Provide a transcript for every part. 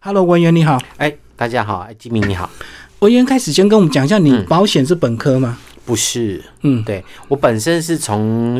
Hello， 文员你好。 大家好，基民你好。 文员开始先跟我们讲一下，你保险是本科吗？ 不是，对，我本身是从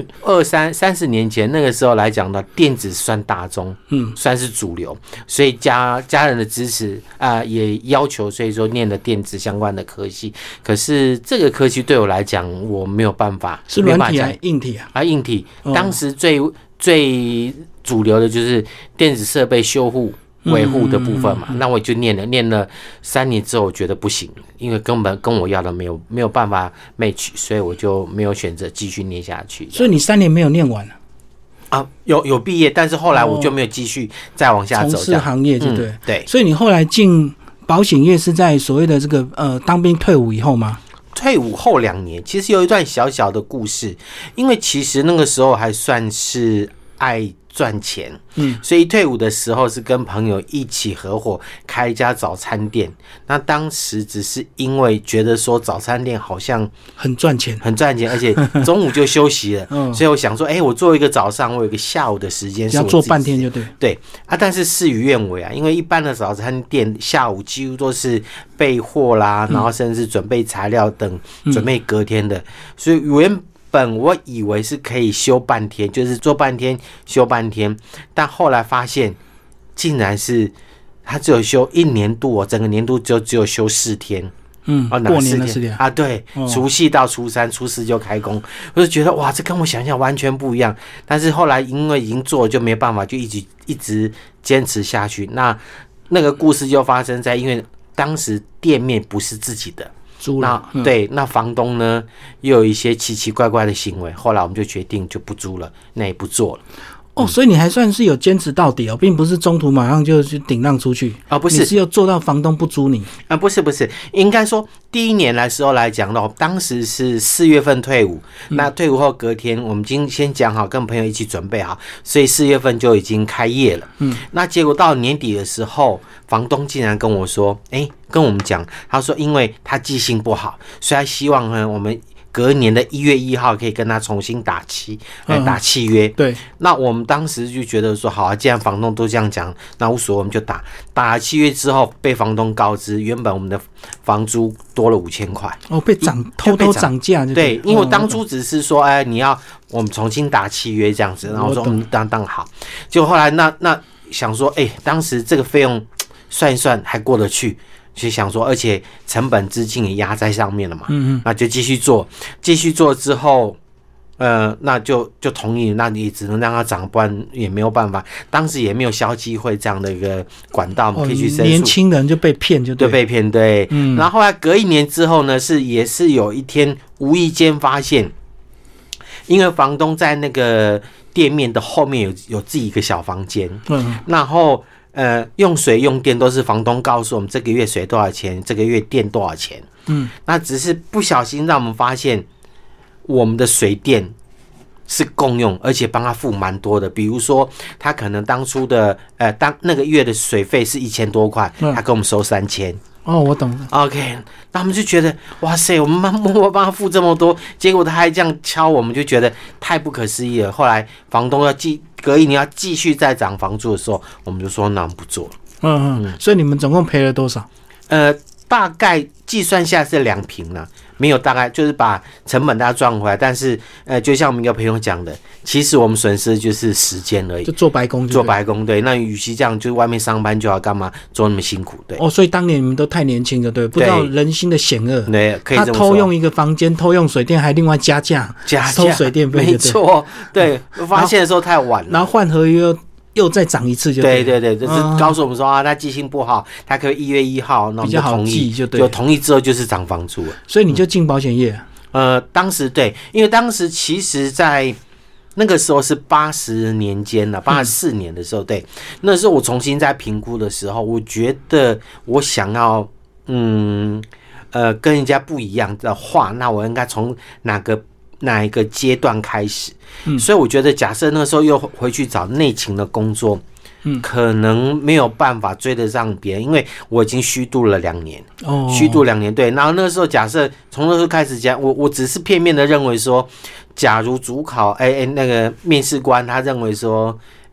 30年前那个时候来讲的，电子算大众，算是主流，所以家人的支持也要求，所以说念了电子相关的科系。可是这个科系对我来讲，我没有办法， 是软体还是硬体啊？ 硬体，当时最主流的就是电子设备修护维护的部分嘛，那我就念了3年之后，我觉得不行，因为根本跟我要的没有办法 match， 所以我就没有选择继续念下去。 所以你3年没有念完有毕业，但是后来我就没有继续再往下走， 从事行业，对对？ 对。 所以你后来进保险业是在所谓的这个当兵退伍以后吗？ 退伍后2年，其实有一段小小的故事，因为其实那个时候还算是爱赚钱，所以退伍的时候是跟朋友一起合伙开一家早餐店。那当时只是因为觉得说早餐店好像很赚钱， 而且中午就休息了，所以我想说，我做一个早上，我有一个下午的时间， 要做半天就对但是事与愿违啊，因为一般的早餐店下午几乎都是备货啦，然后甚至准备材料等，准备隔天的，所以我以为是可以休半天，就是做半天休半天，但后来发现竟然是他只有休1年度整个年度只有休4天。 过年的4天啊，对，除夕到初3、初4就开工，我就觉得哇，这跟我想象完全不一样。但是后来因为已经做了，就没办法，就一直坚持下去。那个故事就发生在，因为当时店面不是自己的。那房东呢又有一些奇奇怪怪的行为，后来我们就决定就不租了，那也不做了。 所以你还算是有坚持到底并不是中途马上就顶让出去不是， 你是要做到房东不租你不是，应该说第1年的时候来讲的话，当时是4月份退伍，那退伍后隔天我们已经先讲好，跟朋友一起准备好，所以4月份就已经开业了。那结果到年底的时候，房东竟然跟我说，跟我们讲，他说因为他记性不好，所以他希望呢我们隔年的1月1号可以跟他重新打契约。 对， 那我们当时就觉得说，好啊，既然房东都这样讲，那无所谓，我们就打了契约之后，被房东告知，原本我们的房租多了5000块。 被偷偷涨价。 对，因为我当初只是说，我们重新打契约这样子，然后说当好。结果后来那想说，当时这个费用算一算还过得去。就想说，而且成本资金也压在上面了嘛，那就继续做之后，那就同意，那你只能让它涨，不然也没有办法。当时也没有消基会这样的一个管道，我们可以去申诉。 年轻人就被骗，就被骗，对。然后后来隔1年之后呢，也是有一天无意间发现，因为房东在那个店面的后面有自己一个小房间，然后。用水用电都是房东告诉我们这个月水多少钱，这个月电多少钱。那只是不小心让我们发现我们的水电是共用，而且帮他付蛮多的。比如说他可能当初的当那个月的水费是1000多块，他跟我们收3000。 我懂了。 OK， 那我们就觉得哇塞，我们默默帮他付这么多，结果他还这样敲我们，就觉得太不可思议了。后来房东隔1年要继续再涨房租的时候，我们就说那我们不做了。 所以你们总共赔了多少？ 大概计算下是2坪啦，没有大概就是把成本大家赚回来，但是就像我们一个朋友讲的，其实我们损失就是时间而已， 就做白工对。那与其这样，就外面上班就要干嘛做那么辛苦，对。 所以当年你们都太年轻了，对，不知道人心的险恶。 对，可以这么说。 他偷用一个房间，偷用水电，还另外加价收水电费， 没错，对。发现的时候太晚了， 然后换合约又再涨一次就对。 对，就是告诉我们说他记性不好，他可以1月1号，那我们就同意， 就同意之后就是涨房租了。 所以你就进保险业。 当时对，因为当时其实在那个时候是80年间了，84年的时候，对，那时候我重新在评估的时候，我觉得我想要跟人家不一样的话，那我应该从哪一个阶段开始？所以我觉得，假设那个时候又回去找内勤的工作，可能没有办法追得上别人，因为我已经虚度了2年，虚度2年，对。然后那个时候，假设从那时候开始讲，我只是片面的认为说，假如主考，那个面试官他认为说，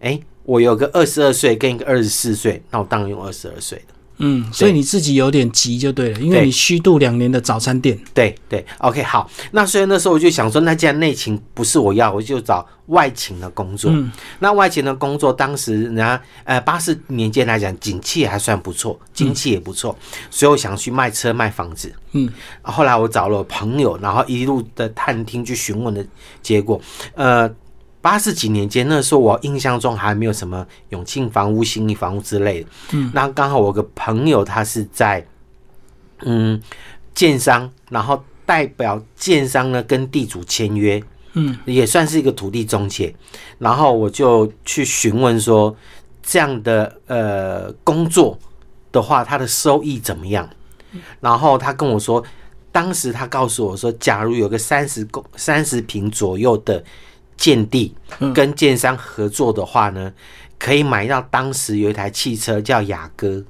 我有个22岁跟一个24岁，那我当然用22岁的。 所以你自己有点急就对了，因为你虚度2年的早餐店。 对 OK 好，那所以那时候我就想说，那既然内勤不是我要，我就找外勤的工作。那外勤的工作当时人家80年间来讲，景气还算不错，经济也不错，所以我想去卖车卖房子。后来我找了朋友，然后一路的探听去询问的结果，80几年间，那时候我印象中还没有什么永庆房屋、信义房屋之类的。那刚好我有个朋友，他是在建商，然后代表建商呢跟地主签约，也算是一个土地中介。然后我就去询问说，这样的工作的话，他的收益怎么样？然后他跟我说，当时他告诉我说，假如有个30坪左右的建地跟建商合作的话呢，可以买到当时有一台汽车叫雅阁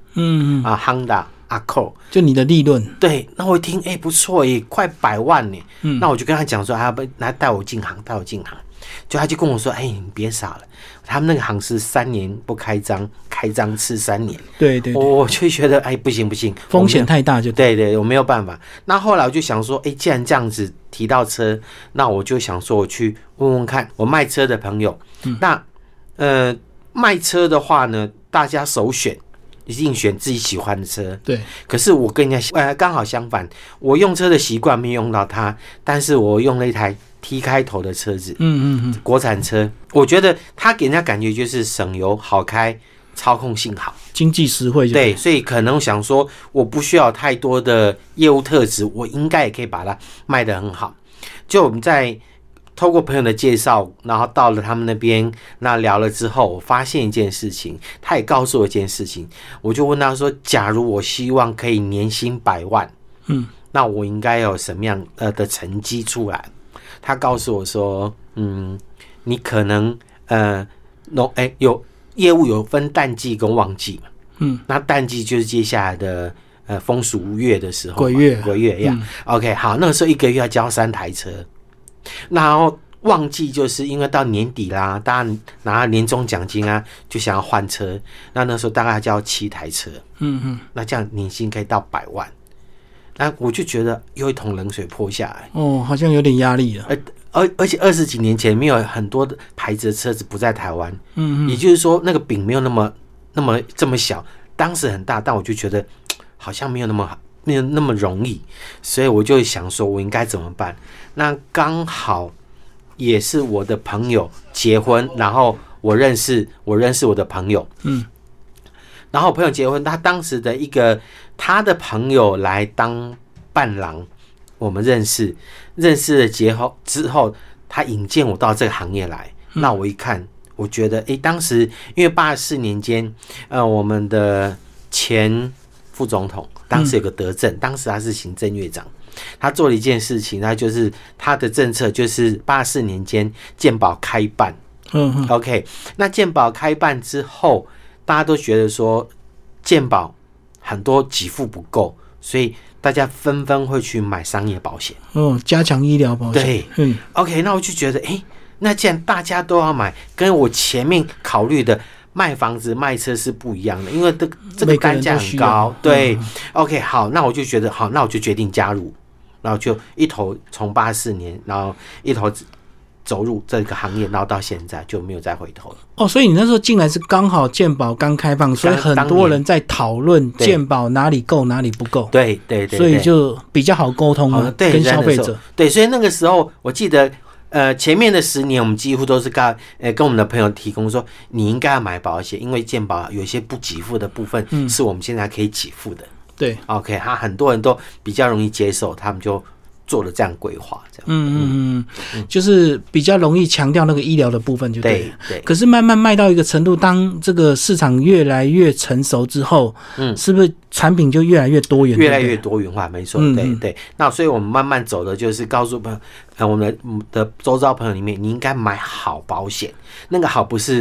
，Honda Accord， 就你的利润。 对，那我一听，不错耶，快100万呢。那我就跟他讲说，来带我进行，就他就跟我说，你别傻了，他们那个行是3年不开张，开张吃3年。 对， 我就觉得，不行， 风险太大就对，我没有办法。那后来我就想说，既然这样子提到车，那我就想说，我去问问看我卖车的朋友。那卖车的话呢，大家首选一定选自己喜欢的车。对。可是我跟人家刚好相反，我用车的习惯没有用到它，但是我用了一台 T 开头的车子，国产车，我觉得它给人家感觉就是省油、好开、操控性好、 经济实惠就对，所以可能想说，我不需要太多的业务特质，我应该也可以把它卖得很好。就我们在透过朋友的介绍，然后到了他们那边，那聊了之后，我发现一件事情，他也告诉我一件事情，我就问他说，假如我希望可以年薪100万，那我应该有什么样的成绩出来？他告诉我说，你可能有业务有分淡季跟旺季嘛，那淡季就是接下来的风俗月的时候，鬼月呀。OK， 好，那个时候1个月要交3台车，然后旺季就是因为到年底啦，大家拿年终奖金啊，就想要换车，那时候大概要交7台车，那这样年薪可以到100万。那我就觉得有一桶冷水泼下来， 好像有点压力了。 而且20几年前没有很多的牌子的车子不在台湾，也就是说那个饼没有这么小，当时很大，但我就觉得好像没有那么容易，所以我就想说我应该怎么办？那刚好也是我的朋友结婚，然后我认识我的朋友，然后我朋友结婚，他当时的他的朋友来当伴郎，我们认识了之后，他引荐我到这个行业来。那我一看，我觉得，当时因为84年间，我们的前副总统当时有个德政，当时他是行政院长，他做了一件事情，那就是他的政策就是84年间健保开办。OK， 那健保开办之后，大家都觉得说健保很多给付不够，所以大家纷纷会去买商业保险， 加强医疗保险。 对，OK， 那我就觉得，那既然大家都要买，跟我前面考虑的卖房子卖车是不一样的，因为这个单价很高。对，OK， 好，那我就觉得好，那我就决定加入，然后就一头从84年，然后一头走入这个行业，然后到现在就没有再回头了。 所以你那时候进来是刚好健保刚开放，所以很多人在讨论健保哪里够哪里不够。 对， 所以就比较好沟通了，跟消费者。 对，所以那个时候我记得，前面的10年我们几乎都是跟我们的朋友提供说，你应该要买保险，因为健保有一些不给付的部分是我们现在可以给付的。 对 ，OK， 很多人都比较容易接受，他们就做了这样规划，这样， 就是比较容易强调那个医疗的部分就对了。 对。 可是慢慢卖到一个程度，当这个市场越来越成熟之后，是不是产品就越来越多元？ 越来越多元化，没错，对。那所以我们慢慢走的就是告诉朋友，我们的周遭朋友里面，你应该买好保险。那个好不是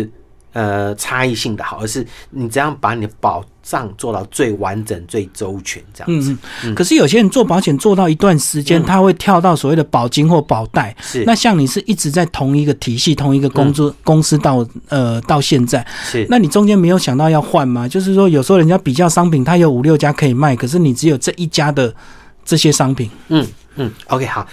差异性的好，而是你这样把你的保障做到最完整、最周全这样子。 可是有些人做保险做到一段时间，他会跳到所谓的保金或保代。 是， 那像你是一直在同一个体系、同一个公司到现在， 是， 那你中间没有想到要换吗？就是说，有时候人家比较商品，他有5-6家可以卖，可是你只有这一家的这些商品。 OK， 好，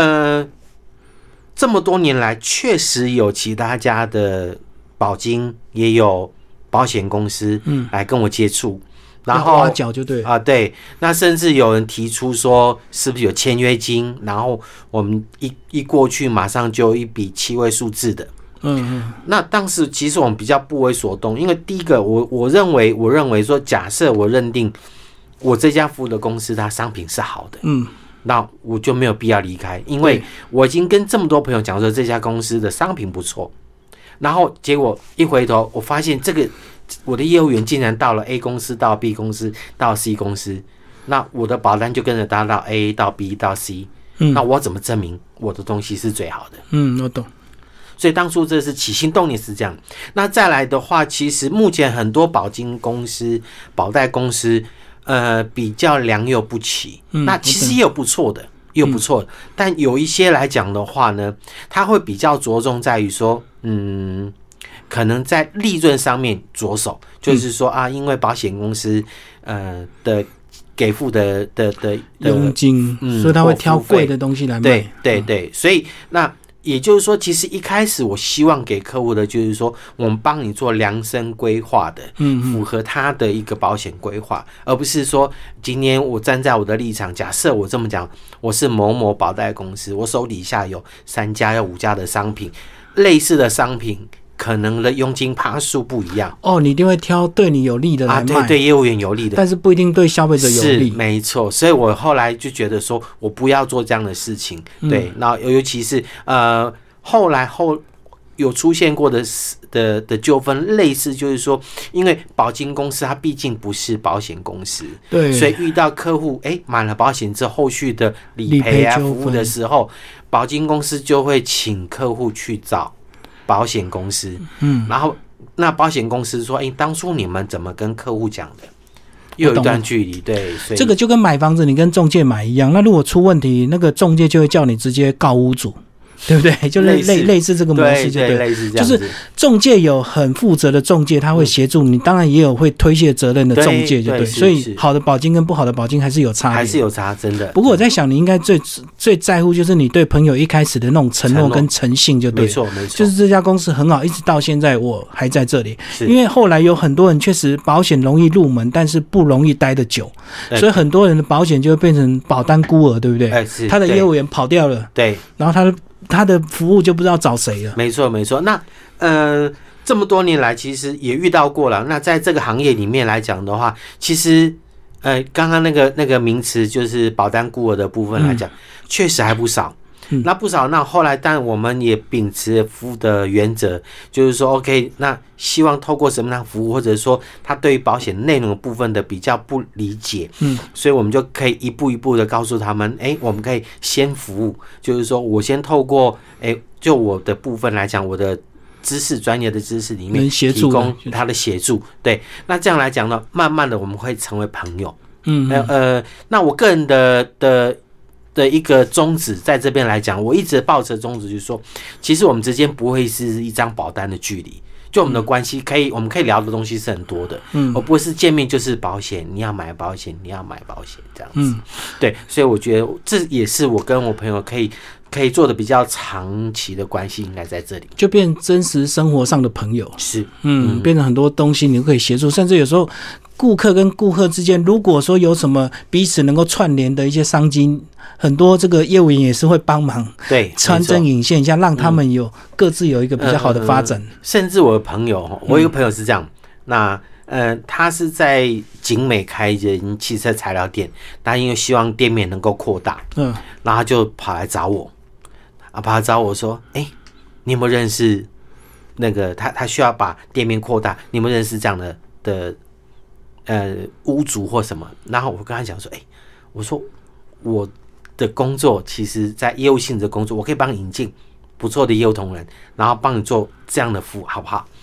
这么多年来，确实有其他家的保金，也有保险公司来跟我接触，然后挖角就对对，那甚至有人提出说，是不是有签约金，然后我们一过去马上就一笔7位数字的。那当时其实我们比较不为所动，因为第一个，我认为说，假设我认定我这家服务的公司它商品是好的，那我就没有必要离开，因为我已经跟这么多朋友讲说这家公司的商品不错，然后结果一回头，我发现我的业务员竟然到了 A 公司，到 B 公司，到 C 公司，那我的保单就跟着他到 A 到 B 到 C，那我怎么证明我的东西是最好的？ 我懂。 所以当初这是起心动念是这样。那再来的话，其实目前很多保金公司、保代公司，比较良莠不齐。那其实也有不错的，但有一些来讲的话呢，它会比较着重在于说，可能在利润上面着手，就是说因为保险公司的给付的佣金，所以他会挑贵的东西来卖。 对，所以那也就是说，其实一开始我希望给客户的就是说，我们帮你做量身规划的，符合他的一个保险规划，而不是说今天我站在我的立场，假设我这么讲，我是某某保代公司，我手底下有3家、5家的商品，类似的商品。可能的佣金趴数不一样你一定会挑对你有利的来卖， 对业务员有利的， 但是不一定对消费者有利。 是没错，所以我后来就觉得说，我不要做这样的事情。对，那尤其是后来有出现过的纠纷，类似就是说，因为保金公司它毕竟不是保险公司， 对， 所以遇到客户买了保险之后，后续的理赔服务的时候，保金公司就会请客户去找保险公司，然后那保险公司说，当初你们怎么跟客户讲的？又有一段距离，对，所以这个就跟买房子你跟中介买一样，那如果出问题，那个中介就会叫你直接告屋主。对不对？就类似这个模式， 对，类似这样子。 就是中介有很负责的中介，他会协助你，当然也有会推卸责任的中介，就对。所以好的保金跟不好的保金还是有差别， 还是有差，真的。 不过我在想，你应该最在乎就是你对朋友一开始的那种承诺跟诚信，就对。 没错。 就是这家公司很好，一直到现在我还在这里。因为后来有很多人确实保险容易入门，但是不容易待得久，所以很多人的保险就会变成保单孤儿，对不对？他的业务员跑掉了， 对， 然后他的服务就不知道找谁了。 没错。那这么多年来，其实也遇到过了。那在这个行业里面来讲的话，其实刚刚那个名词就是保单孤儿的部分来讲，确实还不少。那不少，那后来但我们也秉持服务的原则，就是说 OK， 那希望透过什么样的服务，或者说他对于保险内容的部分的比较不理解，所以我们就可以一步一步的告诉他们，我们可以先服务，就是说我先透过就我的部分来讲，我的专业的知识里面提供他的协助，对，那这样来讲呢，慢慢的我们会成为朋友，那我个人的一个宗旨，在这边来讲，我一直抱持宗旨就是说，其实我们之间不会是一张保单的距离，就我们的关系我们可以聊的东西是很多的，而不是见面就是保险，你要买保险，你要买保险这样子，对，所以我觉得这也是我跟我朋友可以做的比较长期的关系，应该在这里就变真实生活上的朋友， 是， 变成很多东西你可以协助，甚至有时候顾客跟顾客之间，如果说有什么彼此能够串联的一些商机，很多这个业务员也是会帮忙， 对， 穿针引线一下，让他们各自有一个比较好的发展。 甚至我的朋友，我有一个朋友是这样，那他是在景美开一间汽车材料店，他因为希望店面能够扩大，然后他就跑来找我，跑来找我说，你有没有认识那个他需要把店面扩大，你有没有认识这样的屋主或什么？然后我跟他讲说，我说我的工作其实在业务性质的工作，我可以帮你引进不错的业务同仁，然后帮你做这样的服务，好不好？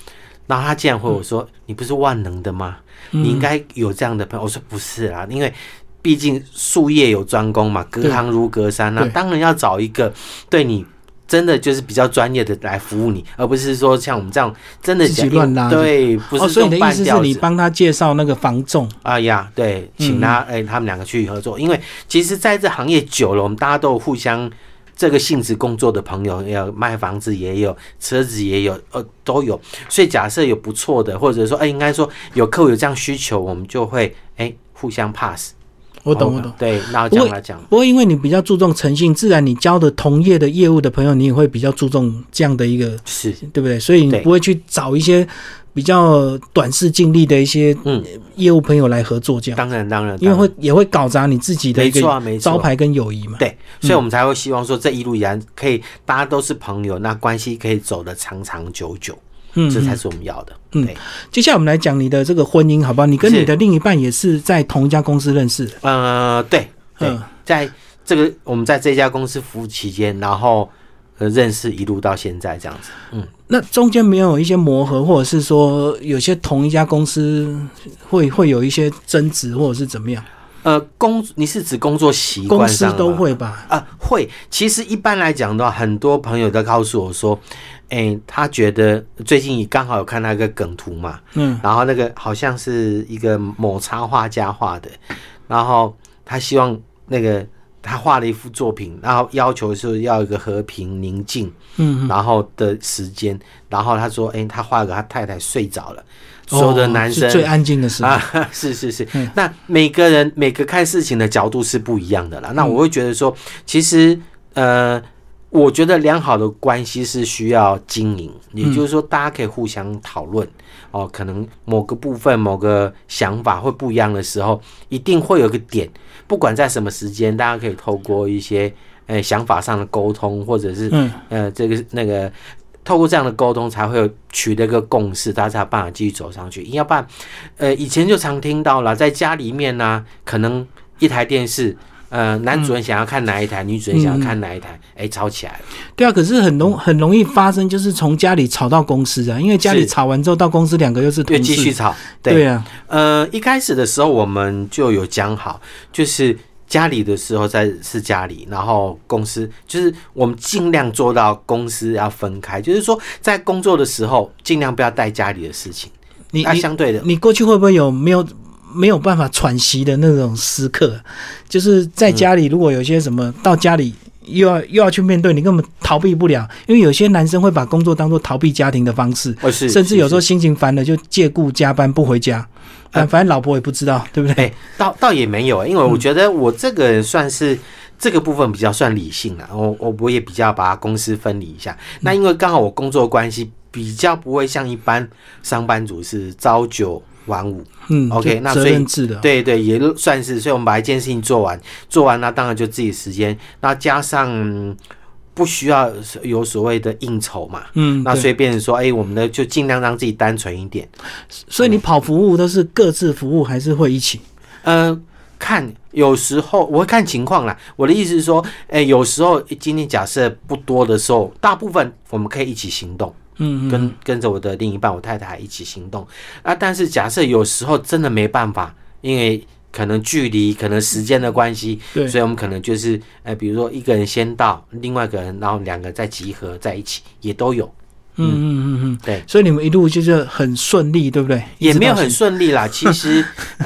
然后他竟然回我说：“你不是万能的吗？你应该有这样的朋友。”我说：“不是啦，因为毕竟术业有专攻嘛，隔行如隔山，那当然要找一个对你真的就是比较专业的来服务你，而不是说像我们这样真的自己乱拉。 对，不是所以你的意思是你帮他介绍那个房仲啊呀，对，请他他们两个去合作，因为其实在这行业久了，我们大家都有互相。”这个性质工作的朋友，有卖房子也有，车子也有，都有。所以假设有不错的，或者说，应该说有客户有这样需求，我们就会互相 pass。 我懂。 对，然后这样来讲。 不过因为你比较注重诚信，自然你交的同业的业务的朋友，你也会比较注重这样的一个， 是对不对？所以你不会去找一些比较短视近利的一些业务朋友来合作，这样。 当然， 因为也会搞砸你自己的一个招牌跟友谊嘛。 对，所以我们才会希望说这一路以来可以大家都是朋友，那关系可以走得长长久久。这才是我们要的。对， 接下来我们来讲你的这个婚姻，好不好？你跟你的另一半也是在同一家公司认识的。 对，在这个我们在这家公司服务期间，然后认识一路到现在这样子。 那中间没有一些磨合，或者是说有些同一家公司会有一些争执，或者是怎么样？ 你是指工作习惯上吗？ 公司都会吧？ 会。其实一般来讲的话，很多朋友都告诉我说，他觉得最近刚好有看到一个梗图嘛，然后那个好像是一个某插画家画的，然后他希望那个他画了一幅作品，然后要求是要一个和平宁静，然后的时间，然后他说，他画个他太太睡着了。所有的男生是最安静的时候是。那每个看事情的角度是不一样的啦。那我会觉得说，其实我觉得良好的关系是需要经营，也就是说，大家可以互相讨论可能某个部分、某个想法会不一样的时候，一定会有一个点，不管在什么时间，大家可以透过一些想法上的沟通，或者是这个那个。透过这样的沟通，才会有取得一个共识，大家才有办法继续走上去。要不然，以前就常听到了，在家里面呢，可能一台电视，男主人想要看哪一台，女主人想要看哪一台，吵起来了。 对啊，可是很容易发生，就是从家里吵到公司啊，因为家里吵完之后到公司，两个又是同事， 继续吵。 对啊， 一开始的时候我们就有讲好，就是家里的时候是家里，然后公司就是我们尽量做到公司要分开，就是说在工作的时候尽量不要带家里的事情。相对的， 你过去会不会有没有办法喘息的那种时刻？就是在家里如果有些什么到家里又要去面对，你根本逃避不了，因为有些男生会把工作当作逃避家庭的方式，甚至有时候心情烦了就借故加班不回家。反正老婆也不知道，对不对？ 倒也没有，因为我觉得我这个人算是这个部分比较算理性啦，我也比较把公司分离一下。那因为刚好我工作关系比较不会像一般上班族是朝九晚五，OK， 那所以责任制的， 对，也算是，所以我们把一件事情做完，那当然就自己时间，那加上。不需要有所谓的应酬嘛，那所以变成说，我们呢就尽量让自己单纯一点。 所以你跑服务都是各自服务，还是会一起？ 看有时候我会看情况啦。我的意思是说，有时候今天假设不多的时候，大部分我们可以一起行动，跟着我的另一半，我太太一起行动但是假设有时候真的没办法，因为可能距离，可能时间的关系，所以我们可能就是比如说一个人先到，另外一个人，然后两个再集合在一起，也都有。对， 所以你们一路就是很顺利，对不对？ 也没有很顺利啦，其实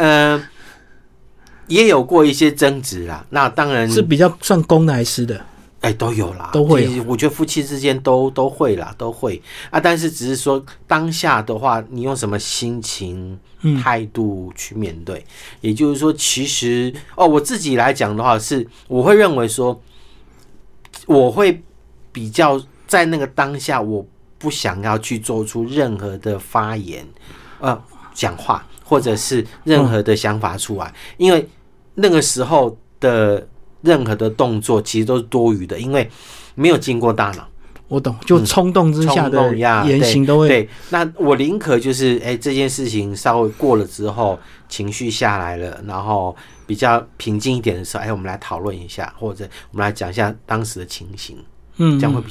也有过一些争执啦。那当然是比较算公的还是私的？ 都有啦， 都会。 我觉得夫妻之间都会啦，都会但是只是说当下的话，你用什么心情、态度去面对。也就是说，其实我自己来讲的话，是我会认为说，我会比较在那个当下，我不想要去做出任何的发言、讲话，或者是任何的想法出来，因为那个时候的。任何的动作其实都是多余的，因为没有经过大脑。 我懂，就冲动之下的言行都会。 对，那我宁可就是这件事情稍微过了之后，情绪下来了，然后比较平静一点的时候，我们来讨论一下，或者我们来讲一下当时的情形，这样会比较好。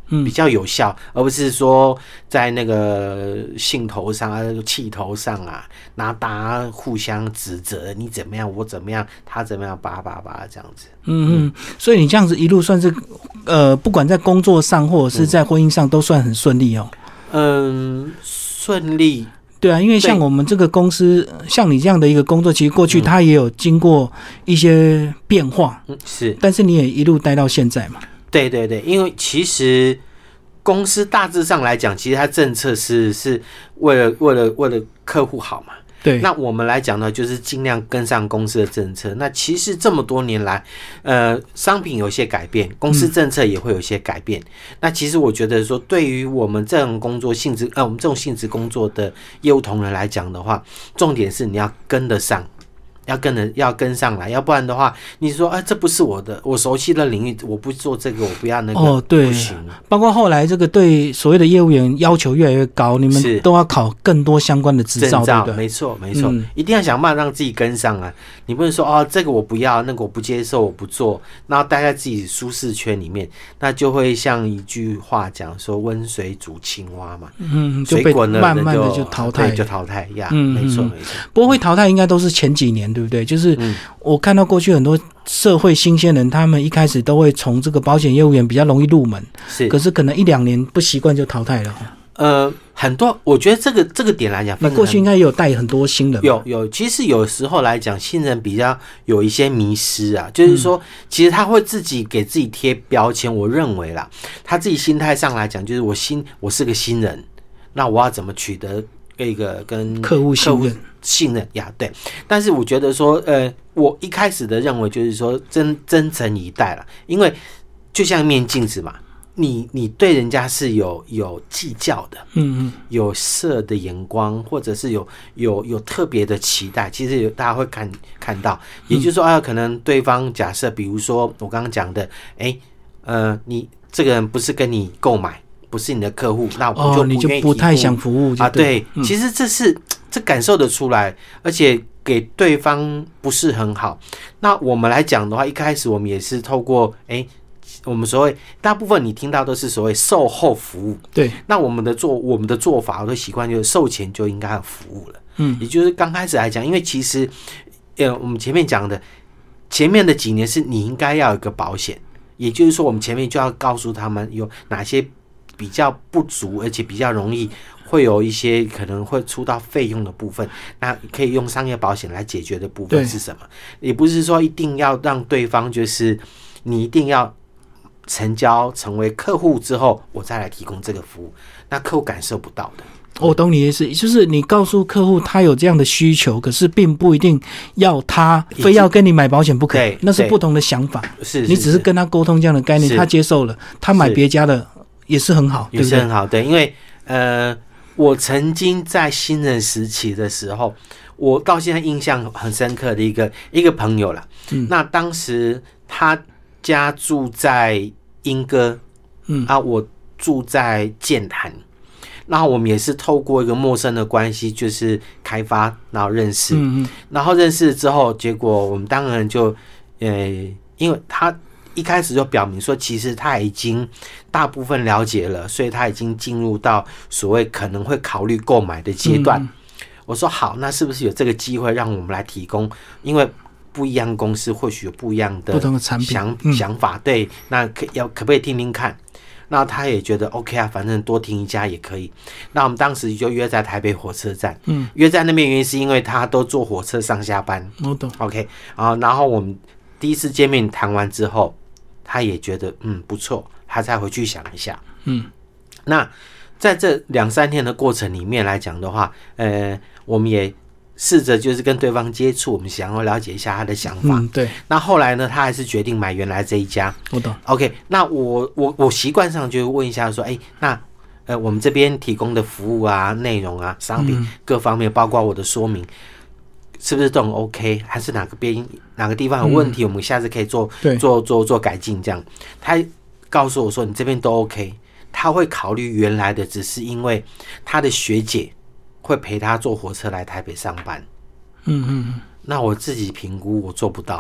比较有效，而不是说在那个兴头上啊、气头上啊，然后大家互相指责你怎么样，我怎么样，他怎么样，叭叭叭这样子。 所以你这样子一路算是不管在工作上或者是在婚姻上都算很顺利哦。 顺利。 对啊，因为像我们这个公司，像你这样的一个工作，其实过去它也有经过一些变化， 是， 但是你也一路待到现在嘛。 对对对，因为其实公司大致上来讲，其实它政策是为了客户好嘛。 对， 那我们来讲呢，就是尽量跟上公司的政策。那其实这么多年来，商品有一些改变，公司政策也会有一些改变。那其实我觉得说，对于我们这种工作性质，我们这种性质工作的业务同仁来讲的话，重点是你要跟得上。要跟上来，要不然的话，你说这不是我熟悉的领域，我不做这个，我不要那个， 对， 不行。 包括后来这个对所谓的业务员要求越来越高，你们都要考更多相关的执照，对不对？ 没错，一定要想办法让自己跟上啊！你不能说这个我不要，那个我不接受，我不做，然后待在自己舒适圈里面，那就会像一句话讲说温水煮青蛙嘛， 就被慢慢的就淘汰， 呀，没错。 不过会淘汰应该都是前几年。对不对？就是我看到过去很多社会新鲜人，他们一开始都会从这个保险业务员比较容易入门，可是可能1-2年不习惯就淘汰了。 很多，我觉得这个点来讲， 你过去应该有带很多新人。 有，其实有时候来讲，新人比较有一些迷失啊，就是说，其实他会自己给自己贴标签。我认为啦，他自己心态上来讲，就是我是个新人，那我要怎么取得一个跟客户信任呀？对。但是我觉得说，我一开始的认为就是说真诚以待了，因为就像一面镜子嘛。你对人家是有计较的，有色的眼光，或者是有特别的期待，其实大家会看到，也就是说可能对方假设，比如说我刚刚讲的，你这个人不是跟你购买，不是你的客户，那我就不愿意提供， 你就不太想服务啊？ 对，其实这感受得出来，而且给对方不是很好。那我们来讲的话，一开始我们也是透过我们所谓大部分你听到都是所谓售后服务，对。那我们的做法，我的习惯就是售前就应该有服务了，也就是刚开始来讲，因为其实我们前面讲的前面的几年是你应该要有一个保险，也就是说我们前面就要告诉他们有哪些比较不足，而且比较容易会有一些可能会出到费用的部分，那可以用商业保险来解决的部分是什么？也不是说一定要让对方就是你一定要成交成为客户之后，我再来提供这个服务，那客户感受不到的。 我懂你的意思，就是你告诉客户他有这样的需求，可是并不一定要他非要跟你买保险不可，那是不同的想法。是你只是跟他沟通这样的概念，他接受了，他买别家的也是很好， 也是很好。对，因为我曾经在新人时期的时候，我到现在印象很深刻的一个朋友啦。那当时他家住在莺歌，我住在建潭，然后我们也是透过一个陌生的关系，就是开发，然后认识，然后认识之后，结果我们当然就，因为他一开始就表明说，其实他已经大部分了解了，所以他已经进入到所谓可能会考虑购买的阶段。我说好，那是不是有这个机会让我们来提供？因为不一样公司或许有不一样的不同的产品想法，对，那可不可以听听看？那他也觉得 OK 啊，反正多听一家也可以。那我们当时就约在台北火车站，约在那边原因是因为他都坐火车上下班。 我懂 ，OK 啊。然后我们第一次见面谈完之后，他也觉得不错，他再回去想一下。那在这2-3天的过程里面来讲的话，我们也试着就是跟对方接触，我们想要了解一下他的想法。 对。 那后来呢，他还是决定买原来这一家。 我懂。 OK， 那我习惯上就会问一下说，那我们这边提供的服务啊、内容啊、商品各方面，包括我的说明，是不是都很 OK？ 还是哪个地方有问题，我们下次可以做改进这样。他告诉我说，你这边都 OK， 他会考虑原来的，只是因为他的学姐会陪他坐火车来台北上班。那我自己评估我做不到，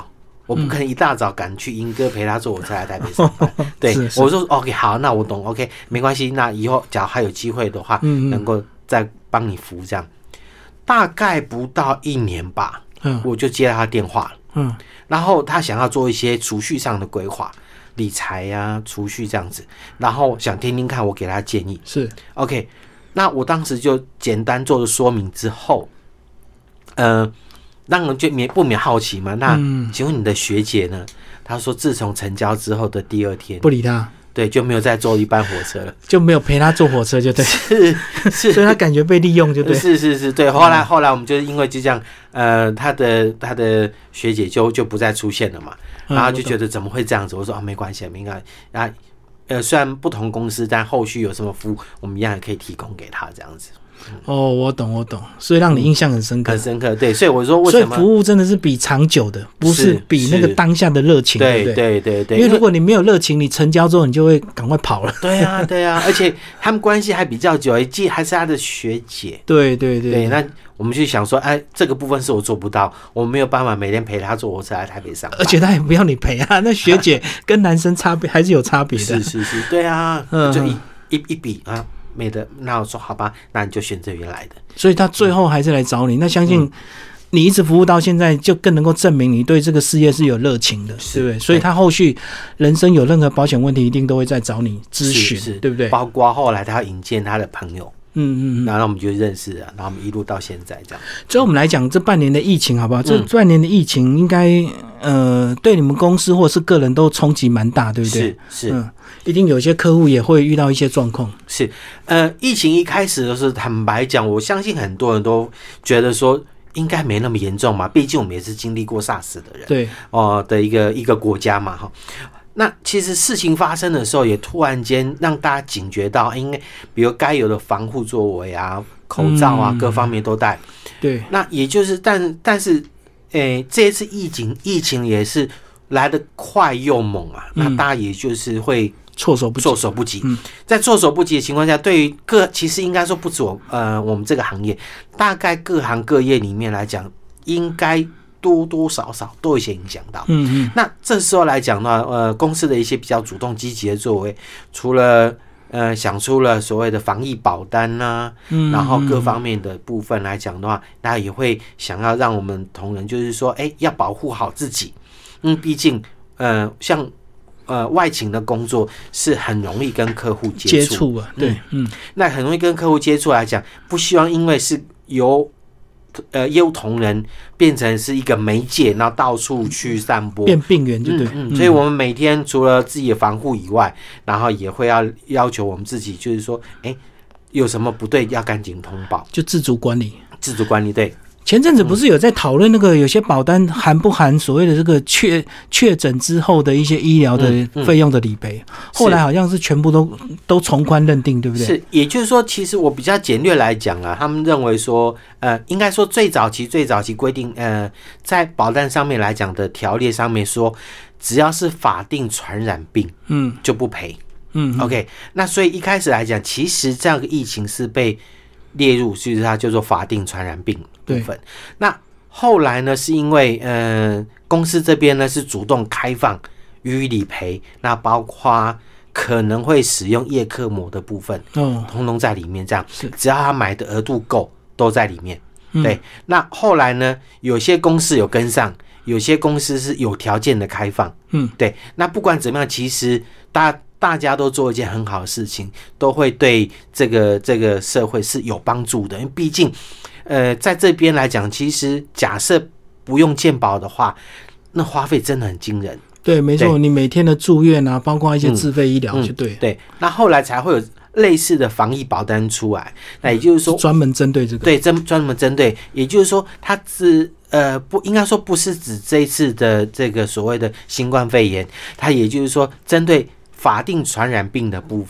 我不可能一大早赶去英歌陪他坐火车来台北上班。对，我说 OK 好，那我懂 OK 没关系，那以后假如还有机会的话，能够再帮你服这样。大概不到1年吧，我就接到他电话了。然后他想要做一些储蓄上的规划，理财啊、储蓄这样子，然后想听听看我给他建议。 是 OK， 那我当时就简单做了说明之后，让人就不免好奇嘛。那请问你的学姐呢？他说自从成交之后的第2天， 不理他。对， 就没有再坐一班火车了， 就没有陪他坐火车，就对， 是， 所以他感觉被利用，就对， 是，对。后来我们就是因为就这样，他的学姐就不再出现了嘛，然后就觉得怎么会这样子？我说没关系，没关系啊，虽然不同公司，但后续有什么服务，我们一样也可以提供给他这样子。 我懂，所以让你印象很深刻， 很深刻。对，所以我说为什么， 所以服务真的是比长久的，不是比那个当下的热情，对不对？ 对。 因为如果你没有热情，你成交之后你就会赶快跑了。 对啊，而且他们关系还比较久，还是他的学姐。 对。 那我们就想说，这个部分是我做不到，我没有办法每天陪他坐火车来台北上班， 而且他也不要你陪啊。那学姐跟男生差别还是有差别的。 是，对啊，就一比啊。没的，那我说好吧，那你就选择原来的。 所以他最后还是来找你，那相信你一直服务到现在，就更能够证明你对这个事业是有热情的，对不对？所以他后续人生有任何保险问题，一定都会再找你咨询，对不对？ 包括后来他要引荐他的朋友。然后我们就认识了，然后我们一路到现在这样。 最后我们来讲这半年的疫情好不好？这半年的疫情应该对你们公司或是个人都冲击蛮大，对不对？ 是， 一定有些客户也会遇到一些状况。 是，疫情一开始的时候，坦白讲，我相信很多人都觉得说应该没那么严重嘛，毕竟我们也是经历过 SARS 的人， 对的一个国家嘛，哈。那其实事情发生的时候，也突然间让大家警觉到，因为比如该有的防护作为啊、口罩啊，各方面都戴。 对。 那也就是，但是，这一次疫情也是来得快又猛啊。那大家也就是会措手不及。在措手不及的情况下，对于其实应该说不止我们这个行业，大概各行各业里面来讲，应该多多少少都有一些影响到。那这时候来讲的话，公司的一些比较主动积极的作为，除了想出了所谓的防疫保单啊，然后各方面的部分来讲的话，大家也会想要让我们同仁就是说，要保护好自己。毕竟像外勤的工作是很容易跟客户接触啊，对， 那很容易跟客户接触来讲，不希望因为是由业务同仁变成是一个媒介，然后到处去散播， 变病源，就对。 所以我们每天除了自己的防护以外，然后也会要求我们自己，就是说，有什么不对要赶紧通报， 就自主管理， 对。 前阵子不是有在讨论那个有些保单含不含所谓的这个确诊之后的一些医疗的费用的理赔，后来好像是全部都从宽认定，对不对？ 是，也就是说，其实我比较简略来讲啦，他们认为说，应该说最早期规定，在保单上面来讲的条例上面说，只要是法定传染病，就不赔。OK， 那所以一开始来讲，其实这样的疫情是被列入，就是它叫做法定传染病部分。那后来呢，是因为公司这边呢是主动开放予以理赔，那包括可能会使用叶克膜的部分，通通在里面。这样，只要他买的额度够，都在里面。对，那后来呢，有些公司有跟上，有些公司是有条件的开放。对，那不管怎么样，其实大家都做一件很好的事情，都会对这个社会是有帮助的。因为毕竟，在这边来讲，其实假设不用健保的话，那花费真的很惊人。 对，没错，你每天的住院啊，包括一些自费医疗，就对。 对，那后来才会有类似的防疫保单出来。那也就是说， 专门针对这个。 对，专门针对，也就是说，它不应该说不是指这一次的这个所谓的新冠肺炎，它也就是说针对法定传染病的部分，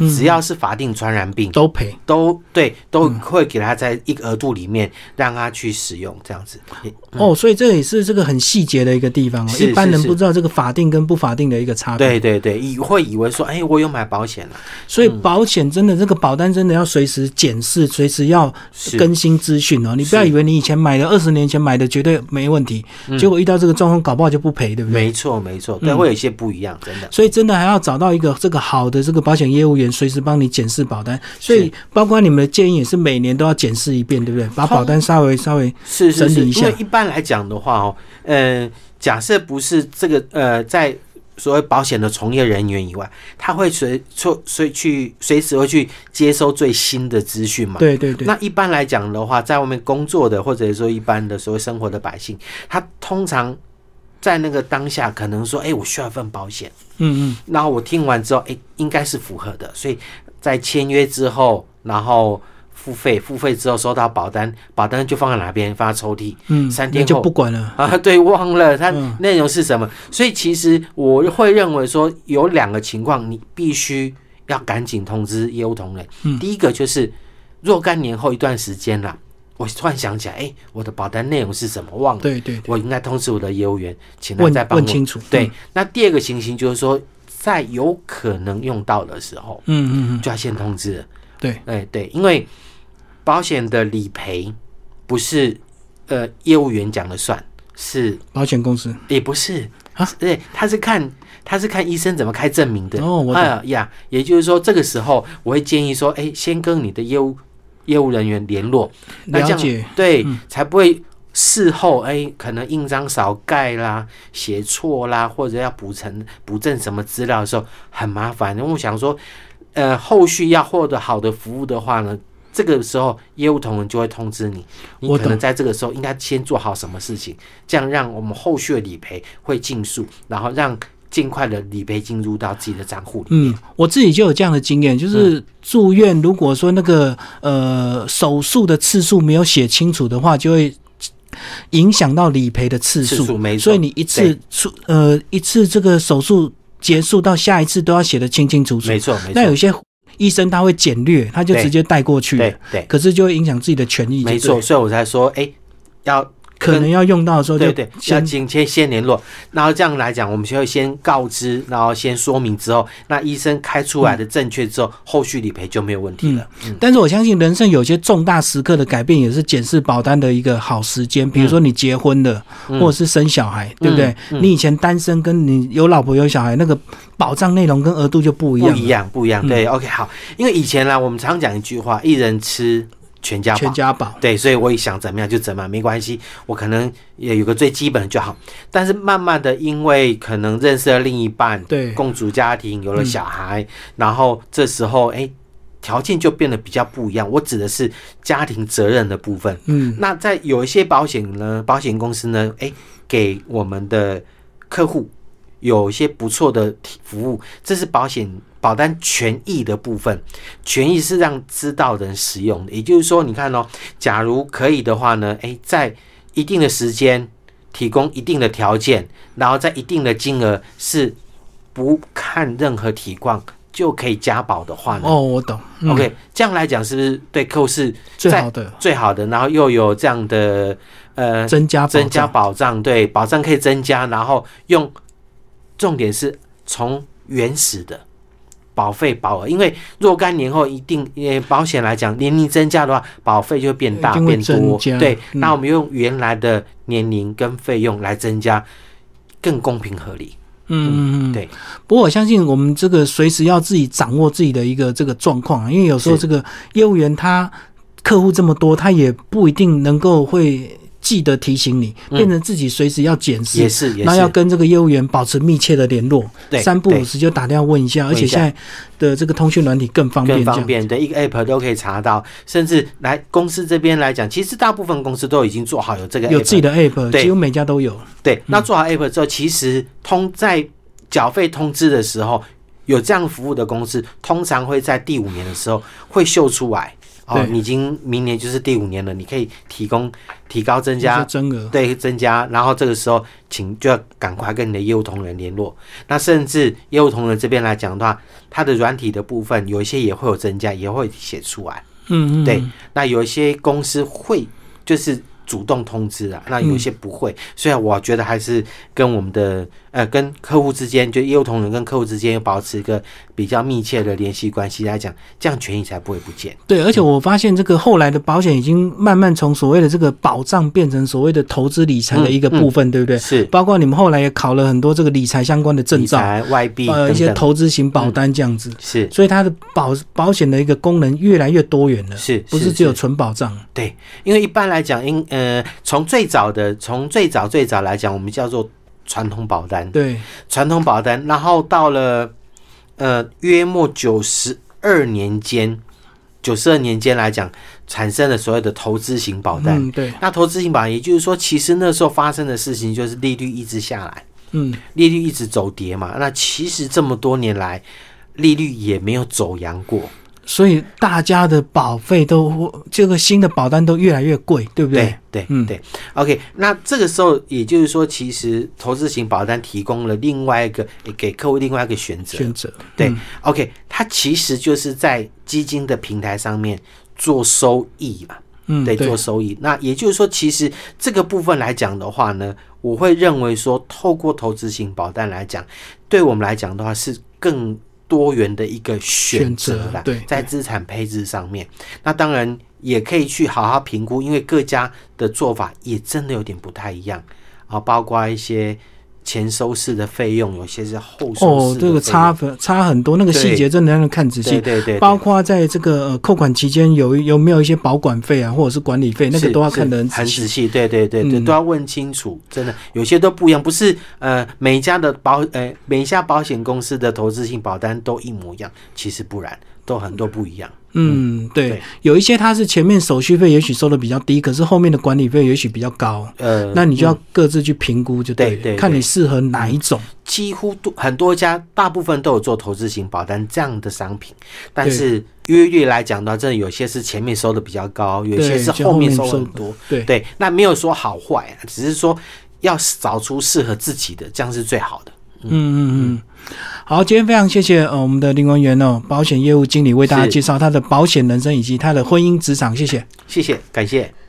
只要是法定传染病都赔， 都会给他在一个额度里面让他去使用这样子。 所以这也是这个很细节的一个地方一般人不知道这个法定跟不法定的一个差别。 对，会以为说，我有买保险了。 所以保险真的这个保单真的要随时检视，随时要更新资讯哦。你不要以为你以前买的20年前买的绝对没问题，结果遇到这个状况搞不好就不赔，对不对？ 没错，对，会有一些不一样，真的。 所以真的还要找到一个这个好的这个保险业务员，随时帮你检视保单。所以包括你们的建议也是每年都要检视一遍，对不对？把保单稍微整理一下。 因为一般来讲的话假设不是这个在所谓保险的从业人员以外，他会随时会去接收最新的资讯嘛？ 对。 那一般来讲的话，在外面工作的或者说一般的所谓生活的百姓，他通常在那个当下可能说，我需要一份保险，然后我听完之后，应该是符合的，所以在签约之后，然后付费之后收到保单就放在哪边？放在抽屉。3天后就不管了啊，对，忘了它内容是什么。所以其实我会认为说有2个情况，你必须要赶紧通知业务同仁。第一个就是若干年后一段时间啦，我突然想起来，我的保单内容是什么忘了？ 对， 我应该通知我的业务员，请他再帮我问清楚。 对，那第2个情形就是说，在有可能用到的时候，就要先通知了。对，因为保险的理赔不是业务员讲了算，是保险公司也不是对，他是看医生怎么开证明的。 我懂也就是说，这个时候我会建议说，先跟你的业务人员联络，那这样对，才不会事后可能印章少盖啦、写错啦，或者要补正什么资料的时候很麻烦。因为我想说，后续要获得好的服务的话呢，这个时候业务同仁就会通知你可能在这个时候应该先做好什么事情，这样让我们后续的理赔会尽速，然后让尽快的理赔进入到自己的账户里面。 我自己就有这样的经验，就是住院如果说那个手术的次数没有写清楚的话，就会影响到理赔的次数。 没错。 所以你一次这个手术结束到下一次都要写得清清楚楚。 没错。 那有些医生他会简略，他就直接带过去了， 对， 可是就会影响自己的权益。 没错，所以我才说， 可能要用到的时候就要先联络，然后这样来讲，我们就会先告知，然后先说明之后，那医生开出来的正确之后，后续理赔就没有问题了。 但是我相信人生有些重大时刻的改变也是检视保单的一个好时间，比如说你结婚了，或者是生小孩，对不对？你以前单身跟你有老婆有小孩，那个保障内容跟额度就不一样。 不一样。对，OK， 好，因为以前啦，我们常讲一句话，一人吃全家宝，对，所以我也想怎么样就怎么样，没关系，我可能也有个最基本的就好。但是慢慢的，因为可能认识了另一半， 对， 共组家庭，有了小孩，然后这时候条件就变得比较不一样。我指的是家庭责任的部分。那在有一些保险公司呢，给我们的客户有一些不错的服务，这是保单权益的部分，权益是让知道的人使用的。也就是说，你看假如可以的话呢，在一定的时间提供一定的条件，然后在一定的金额是不看任何体况就可以加保的话呢， 我懂。 OK， 这样来讲是不是对客户是最好的？然后又有这样的增加保障，对，保障可以增加，然后重点是从原始的保费保额，因为若干年后一定保险来讲，年龄增加的话，保费就会变大变多。对，那我们用原来的年龄跟费用来增加，更公平合理。对。 不过我相信我们这个随时要自己掌握自己的一个这个状况，因为有时候这个业务员他客户这么多，他也不一定能够会记得提醒你，变成自己随时要检视， 也是， 然后要跟这个业务员保持密切的联络，三不五时就打电话问一下，而且现在的这个通讯软体更方便， 对，一个 app 都可以查到，甚至来公司这边来讲，其实大部分公司都已经做好有这个 app， 有自己的 app， 几乎每家都有。 对，那做好 app 之后，其实在缴费通知的时候，有这样服务的公司，通常会在第5年的时候会秀出来。 你已经明年就是第5年了，你可以提高增加增额， 对，增加，然后这个时候就要赶快跟你的业务同仁联络。那甚至业务同仁这边来讲的话，它的软体的部分有一些也会有增加，也会写出来。对，那有一些公司会就是主动通知啊，那有一些不会，所以我觉得还是跟我们的跟客户之间，就业务同仁跟客户之间保持一个比较密切的联系关系来讲，这样权益才不会不见。 对，而且我发现这个后来的保险已经慢慢从所谓的这个保障变成所谓的投资理财的一个部分，对不对？ 是， 包括你们后来也考了很多这个理财相关的证照， 理财、外币等等， 一些投资型保单这样子。 是， 所以它的保险的一个功能越来越多元了，不是只有纯保障？ 对，因为一般来讲，从最早来讲，我们叫做传统保单， 对， 传统保单，然后到了约莫92年间来讲，产生了所谓的投资型保单。 对， 那投资型保单，也就是说，其实那时候发生的事情就是利率一直下来，利率一直走跌嘛。那其实这么多年来，利率也没有走扬过。 所以大家的保费这个新的保单都越来越贵，对不对？ 对。OK， 那这个时候也就是说，其实投资型保单提供了给客户另外一个选择。对，OK， 它其实就是在基金的平台上面做收益嘛。对，做收益。那也就是说，其实这个部分来讲的话呢，我会认为说，透过投资型保单来讲，对我们来讲的话是更多元的一个选择啦，在资产配置上面，那当然也可以去好好评估，因为各家的做法也真的有点不太一样啊，包括一些前收式的费用，有些是后收式的费用， 这个差很多，那个细节真的要看仔细。 对， 包括在这个扣款期间有没有一些保管费啊，或者是管理费，那个都要看得很仔细。 对，都要问清楚。真的有些都不一样，不是每一家保险公司的投资性保单都一模一样，其实不然，都很多不一样。 对，有一些它是前面手续费也许收的比较低，可是后面的管理费也许比较高，那你就要各自去评估就对了，对，看你适合哪一种。 几乎很多家，大部分都有做投资型保单这样的商品，但是约略来讲的话，真的有些是前面收的比较高，有些是后面收很多。对，那没有说好坏，只是说要找出适合自己的，这样是最好的。 好，今天非常谢谢我们的林文源保险业务经理为大家介绍他的保险人生以及他的婚姻职场，谢谢， 感谢。